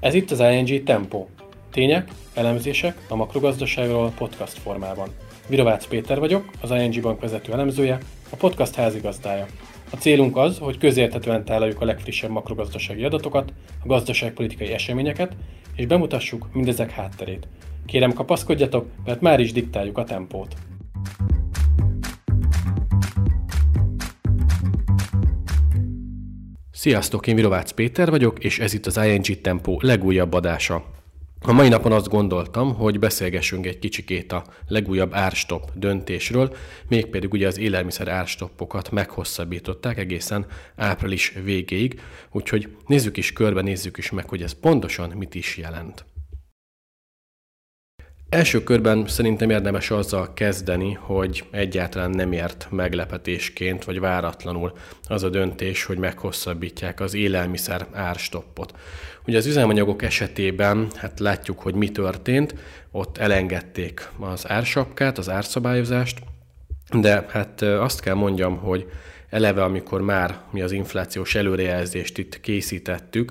Ez itt az ING Tempó. Tények, elemzések a makrogazdaságról podcast formában. Virovácz Péter vagyok, az ING Bank vezető elemzője, a podcast házigazdája. A célunk az, hogy közérthetően tálaljuk a legfrissebb makrogazdasági adatokat, a gazdaságpolitikai eseményeket, és bemutassuk mindezek hátterét. Kérem, kapaszkodjatok, mert már is diktáljuk a tempót. Sziasztok, én Virovácz Péter vagyok, és ez itt az ING Tempó legújabb adása. A mai napon azt gondoltam, hogy beszélgessünk egy kicsikét a legújabb árstopp döntésről, mégpedig ugye az élelmiszer árstoppokat meghosszabbították egészen április végéig, úgyhogy nézzük is körbe, nézzük is meg, hogy ez pontosan mit is jelent. Első körben szerintem érdemes azzal kezdeni, hogy egyáltalán nem ért meglepetésként vagy váratlanul az a döntés, hogy meghosszabbítják az élelmiszer árstoppot. Ugye az üzemanyagok esetében látjuk, hogy mi történt, ott elengedték az ársapkát, az árszabályozást, de azt kell mondjam, hogy eleve, amikor már mi az inflációs előrejelzést itt készítettük,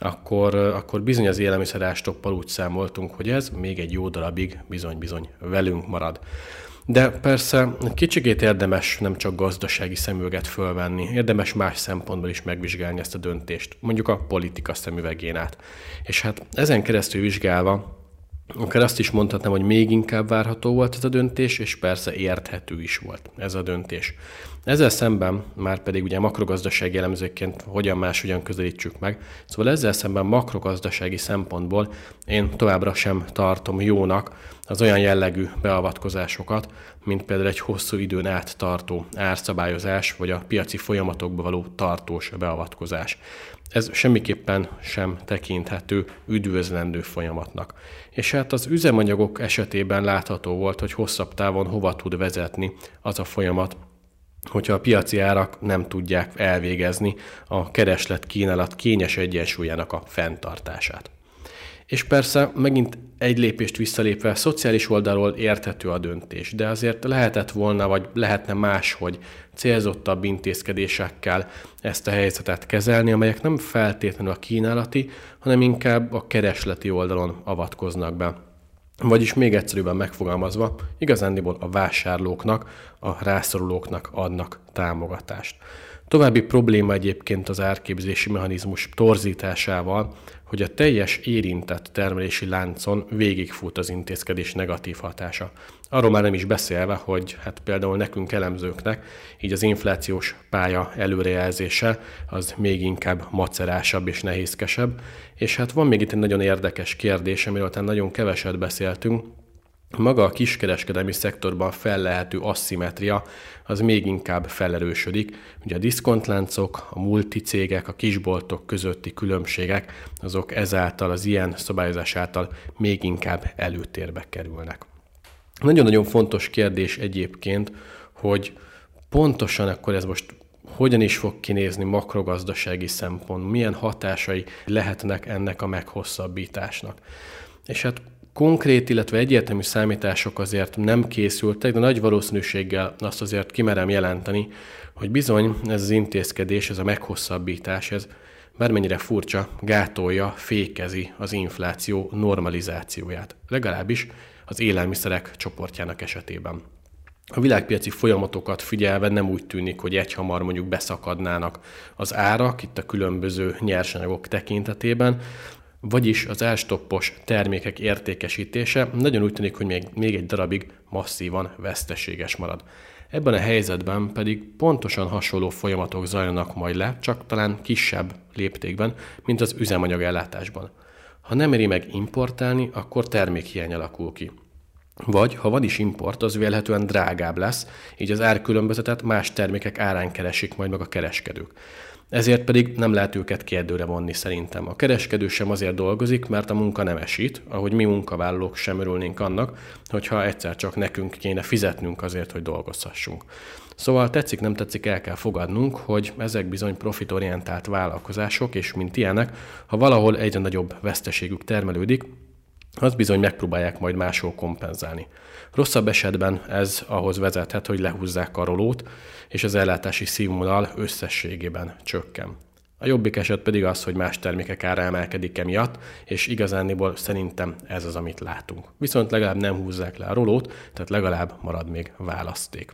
akkor bizony az élelmiszerárstoppal úgy számoltunk, hogy ez még egy jó darabig bizony velünk marad. De persze kicsikét érdemes nem csak gazdasági szemüveget fölvenni, érdemes más szempontból is megvizsgálni ezt a döntést, mondjuk a politika szemüvegén át. És ezen keresztül vizsgálva, akár azt is mondhatnám, hogy még inkább várható volt ez a döntés, és persze érthető is volt ez a döntés. Ezzel szemben, már pedig ugye makrogazdasági elemzőként hogyan közelítsük meg, szóval ezzel szemben makrogazdasági szempontból én továbbra sem tartom jónak az olyan jellegű beavatkozásokat, mint például egy hosszú időn át tartó árszabályozás, vagy a piaci folyamatokba való tartós beavatkozás. Ez semmiképpen sem tekinthető üdvözlendő folyamatnak. És az üzemanyagok esetében látható volt, hogy hosszabb távon hova tud vezetni az a folyamat, hogyha a piaci árak nem tudják elvégezni a kereslet-kínálat kényes egyensúlyának a fenntartását. És persze megint egy lépést visszalépve szociális oldalról érthető a döntés, de azért lehetett volna, vagy lehetne máshogy célzottabb intézkedésekkel ezt a helyzetet kezelni, amelyek nem feltétlenül a kínálati, hanem inkább a keresleti oldalon avatkoznak be. Vagyis még egyszerűbben megfogalmazva, igazándiból a vásárlóknak, a rászorulóknak adnak támogatást. További probléma egyébként az árképzési mechanizmus torzításával, hogy a teljes érintett termelési láncon végigfut az intézkedés negatív hatása. Arról már nem is beszélve, hogy például nekünk elemzőknek így az inflációs pálya előrejelzése az még inkább macerásabb és nehézkesebb. És van még itt egy nagyon érdekes kérdés, amiről nagyon keveset beszéltünk. Maga a kiskereskedelmi szektorban fellehető asszimetria az még inkább felerősödik. Ugye a diszkontláncok, a multicégek, a kisboltok közötti különbségek, azok ezáltal, az ilyen szabályozás által még inkább előtérbe kerülnek. Nagyon-nagyon fontos kérdés egyébként, hogy pontosan akkor ez most hogyan is fog kinézni makrogazdasági szempont, milyen hatásai lehetnek ennek a meghosszabbításnak. És konkrét, illetve egyértelmű számítások azért nem készültek, de nagy valószínűséggel azt azért kimerem jelenteni, hogy bizony ez az intézkedés, ez a meghosszabbítás, ez bármennyire furcsa, gátolja, fékezi az infláció normalizációját, legalábbis az élelmiszerek csoportjának esetében. A világpiaci folyamatokat figyelve nem úgy tűnik, hogy egyhamar mondjuk beszakadnának az árak itt a különböző nyersanyagok tekintetében, vagyis az árstoppos termékek értékesítése nagyon úgy tűnik, hogy még egy darabig masszívan veszteséges marad. Ebben a helyzetben pedig pontosan hasonló folyamatok zajlanak majd le, csak talán kisebb léptékben, mint az üzemanyagellátásban. Ha nem éri meg importálni, akkor termékhiány alakul ki. Vagy, ha van is import, az vélhetően drágább lesz, így az árkülönbözetet más termékek árán keresik majd meg a kereskedők. Ezért pedig nem lehet őket kérdőre vonni szerintem. A kereskedő sem azért dolgozik, mert a munka nem esít, ahogy mi munkavállalók sem örülnénk annak, hogyha egyszer csak nekünk kéne fizetnünk azért, hogy dolgozhassunk. Szóval tetszik, nem tetszik, el kell fogadnunk, hogy ezek bizony profitorientált vállalkozások, és mint ilyenek, ha valahol egyre nagyobb veszteségük termelődik, azt bizony megpróbálják majd máshol kompenzálni. Rosszabb esetben ez ahhoz vezethet, hogy lehúzzák a rolót, és az ellátási színvonal összességében csökken. A jobbik eset pedig az, hogy más termékek ára emelkedik emiatt, és igazándiból szerintem ez az, amit látunk. Viszont legalább nem húzzák le a rolót, tehát legalább marad még választék.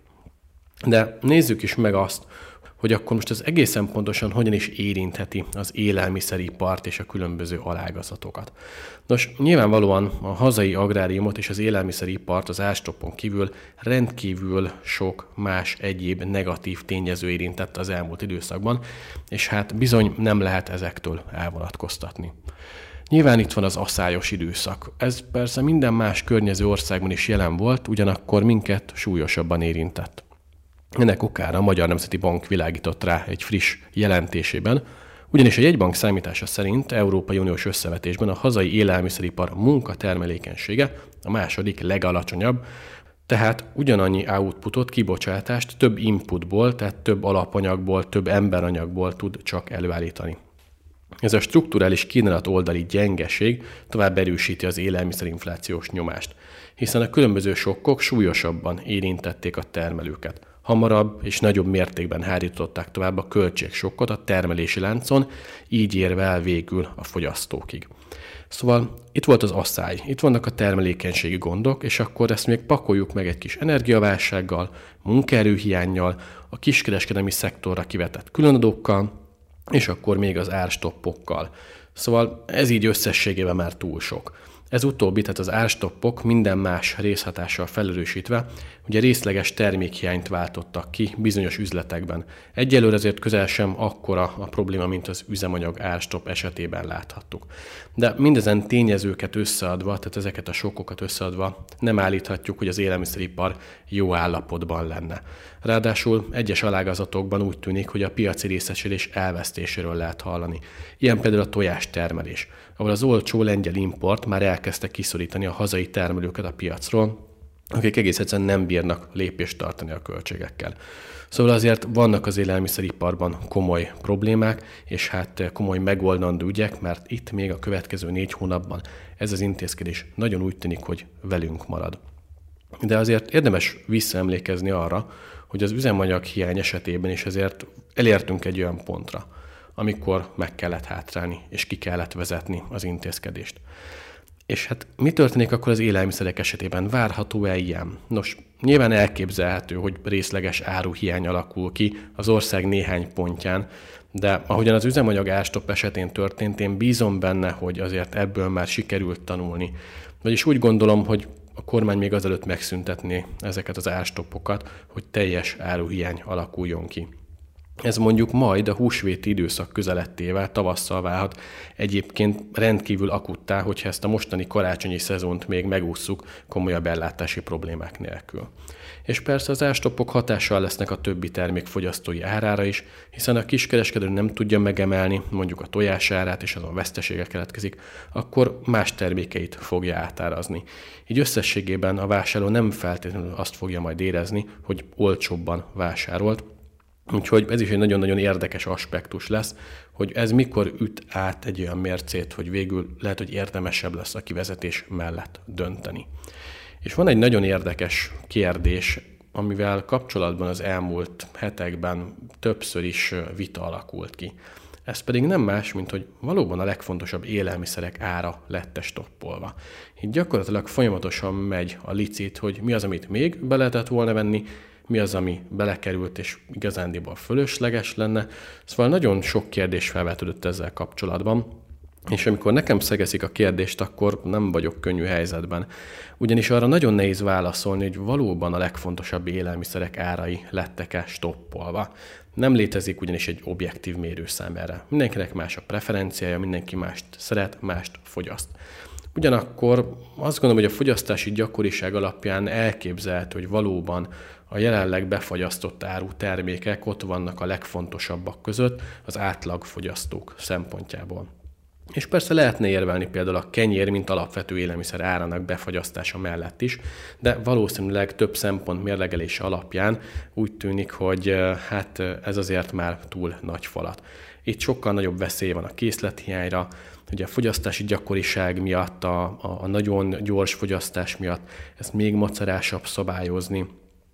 De nézzük is meg azt, hogy akkor most ez egészen pontosan hogyan is érintheti az élelmiszeripart és a különböző alágazatokat. Nos, nyilvánvalóan a hazai agráriumot és az élelmiszeripart az árstoppon kívül rendkívül sok más egyéb negatív tényező érintett az elmúlt időszakban, és hát bizony nem lehet ezektől elvonatkoztatni. Nyilván itt van az aszályos időszak. Ez persze minden más környező országban is jelen volt, ugyanakkor minket súlyosabban érintett. Ennek okára a Magyar Nemzeti Bank világított rá egy friss jelentésében, ugyanis a jegybank számítása szerint Európai Uniós összevetésben a hazai élelmiszeripar munkatermelékenysége a második legalacsonyabb, tehát ugyanannyi outputot, kibocsátást több inputból, tehát több alapanyagból, több emberanyagból tud csak előállítani. Ez a strukturális kínálat oldali gyengeség tovább erősíti az élelmiszerinflációs nyomást, hiszen a különböző sokkok súlyosabban érintették a termelőket. Hamarabb és nagyobb mértékben hárították tovább a költségsokkot a termelési láncon, így érve el végül a fogyasztókig. Szóval itt volt az asszály, itt vannak a termelékenységi gondok, és akkor ezt még pakoljuk meg egy kis energiaválsággal, munkaerőhiánnyal, a kiskereskedelmi szektorra kivetett különadókkal, és akkor még az árstoppokkal. Szóval ez így összességében már túl sok. Ez utóbbi, tehát az árstoppok minden más részhatással felerősítve, ugye részleges termékhiányt váltottak ki bizonyos üzletekben. Egyelőre azért közel sem akkora a probléma, mint az üzemanyag árstopp esetében láthattuk. De mindezen tényezőket összeadva, tehát ezeket a sokkokat összeadva nem állíthatjuk, hogy az élelmiszeripar jó állapotban lenne. Ráadásul egyes alágazatokban úgy tűnik, hogy a piaci részesedés elvesztéséről lehet hallani. Ilyen például a tojástermelés, ahol az olcsó lengyel import már elkezdte kiszorítani a hazai termelőket a piacról, akik egész egyszerűen nem bírnak lépést tartani a költségekkel. Szóval azért vannak az élelmiszeriparban komoly problémák, és hát komoly megoldandó ügyek, mert itt még a következő 4 hónapban ez az intézkedés nagyon úgy tűnik, hogy velünk marad. De azért érdemes visszaemlékezni arra, hogy az üzemanyag hiány esetében is azért elértünk egy olyan pontra, amikor meg kellett hátrálni, és ki kellett vezetni az intézkedést. És hát mi történik akkor az élelmiszerek esetében? Várható-e ilyen? Nos, nyilván elképzelhető, hogy részleges áruhiány alakul ki az ország néhány pontján, de ahogyan az üzemanyag árstopp esetén történt, én bízom benne, hogy azért ebből már sikerült tanulni. Vagyis úgy gondolom, hogy a kormány még azelőtt megszüntetné ezeket az árstoppokat, hogy teljes áruhiány alakuljon ki. Ez mondjuk majd a húsvéti időszak közelettével tavasszal válhat egyébként rendkívül akuttá, hogyha ezt a mostani karácsonyi szezont még megússzuk komolyabb ellátási problémák nélkül. És persze az árstoppok hatással lesznek a többi termék fogyasztói árára is, hiszen a kiskereskedő nem tudja megemelni mondjuk a tojás árát, és azon vesztesége keletkezik, akkor más termékeit fogja átárazni. Így összességében a vásárló nem feltétlenül azt fogja majd érezni, hogy olcsóbban vásárolt. Úgyhogy ez is egy nagyon-nagyon érdekes aspektus lesz, hogy ez mikor üt át egy olyan mércét, hogy végül lehet, hogy érdemesebb lesz a kivezetés mellett dönteni. És van egy nagyon érdekes kérdés, amivel kapcsolatban az elmúlt hetekben többször is vita alakult ki. Ez pedig nem más, mint hogy valóban a legfontosabb élelmiszerek ára lett stoppolva. Így gyakorlatilag folyamatosan megy a licit, hogy mi az, amit még be lehetett volna venni, mi az, ami belekerült és igazándiból fölösleges lenne. Szóval nagyon sok kérdés felvetődött ezzel kapcsolatban, és amikor nekem szegeszik a kérdést, akkor nem vagyok könnyű helyzetben. Ugyanis arra nagyon nehéz válaszolni, hogy valóban a legfontosabb élelmiszerek árai lettek-e stoppolva. Nem létezik ugyanis egy objektív mérőszám erre. Mindenkinek más a preferenciája, mindenki mást szeret, mást fogyaszt. Ugyanakkor azt gondolom, hogy a fogyasztási gyakoriság alapján elképzelhető, hogy valóban a jelenleg befagyasztott áru termékek ott vannak a legfontosabbak között az átlagfogyasztók szempontjából. És persze lehetne érvelni például a kenyér, mint alapvető élelmiszer árának befagyasztása mellett is, de valószínűleg több szempont mérlegelése alapján úgy tűnik, hogy hát ez azért már túl nagy falat. Itt sokkal nagyobb veszély van a készlethiányra, ugye a fogyasztási gyakoriság miatt, a nagyon gyors fogyasztás miatt ezt még macerásabb szabályozni,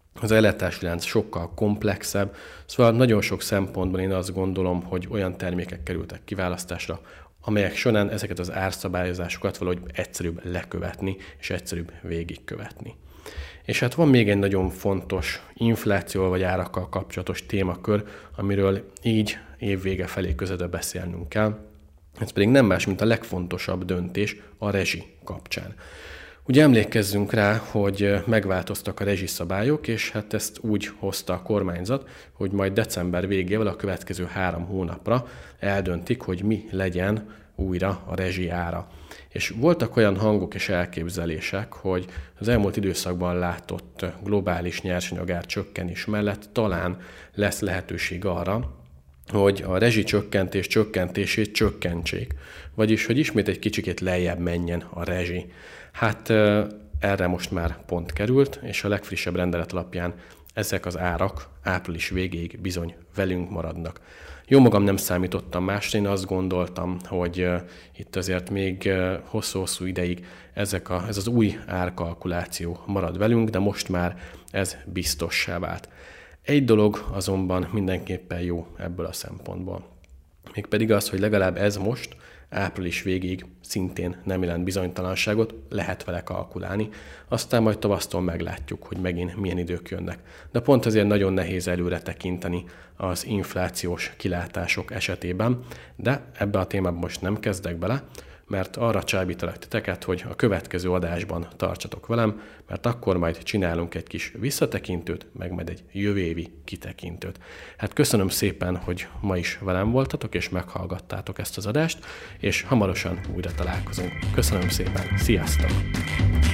Az ellátási lánc sokkal komplexebb, szóval nagyon sok szempontból én azt gondolom, hogy olyan termékek kerültek kiválasztásra, amelyek során ezeket az árszabályozásokat valahogy egyszerűbb lekövetni és egyszerűbb végigkövetni. És hát van még egy nagyon fontos inflációval vagy árakkal kapcsolatos témakör, amiről így évvége felé közötte beszélnünk kell. Ez pedig nem más, mint a legfontosabb döntés a rezsi kapcsán. Ugye emlékezzünk rá, hogy megváltoztak a rezsiszabályok, és hát ezt úgy hozta a kormányzat, hogy majd december végével a következő 3 hónapra eldöntik, hogy mi legyen újra a rezsi ára. És voltak olyan hangok és elképzelések, hogy az elmúlt időszakban látott globális nyersanyagár csökkenés mellett talán lesz lehetőség arra, hogy a rezsicsökkentés csökkentését csökkentsék, vagyis hogy ismét egy kicsikét lejjebb menjen a rezsi. Hát erre most már pont került, és a legfrissebb rendelet alapján ezek az árak április végéig bizony velünk maradnak. Jó magam nem számítottam másra, én azt gondoltam, hogy itt azért még hosszú-hosszú ideig ez az új árkalkuláció marad velünk, de most már ez biztossá vált. Egy dolog azonban mindenképpen jó ebből a szempontból. Mégpedig az, hogy legalább ez most, április végig szintén nem jelent bizonytalanságot, lehet vele kalkulálni, aztán majd tavasztól meglátjuk, hogy megint milyen idők jönnek. De pont azért nagyon nehéz előre tekinteni az inflációs kilátások esetében, de ebbe a témába most nem kezdek bele, mert arra csábítalak titeket, hogy a következő adásban tartsatok velem, mert akkor majd csinálunk egy kis visszatekintőt, meg majd egy jövő évi kitekintőt. Hát köszönöm szépen, hogy ma is velem voltatok, és meghallgattátok ezt az adást, és hamarosan újra találkozunk. Köszönöm szépen, sziasztok!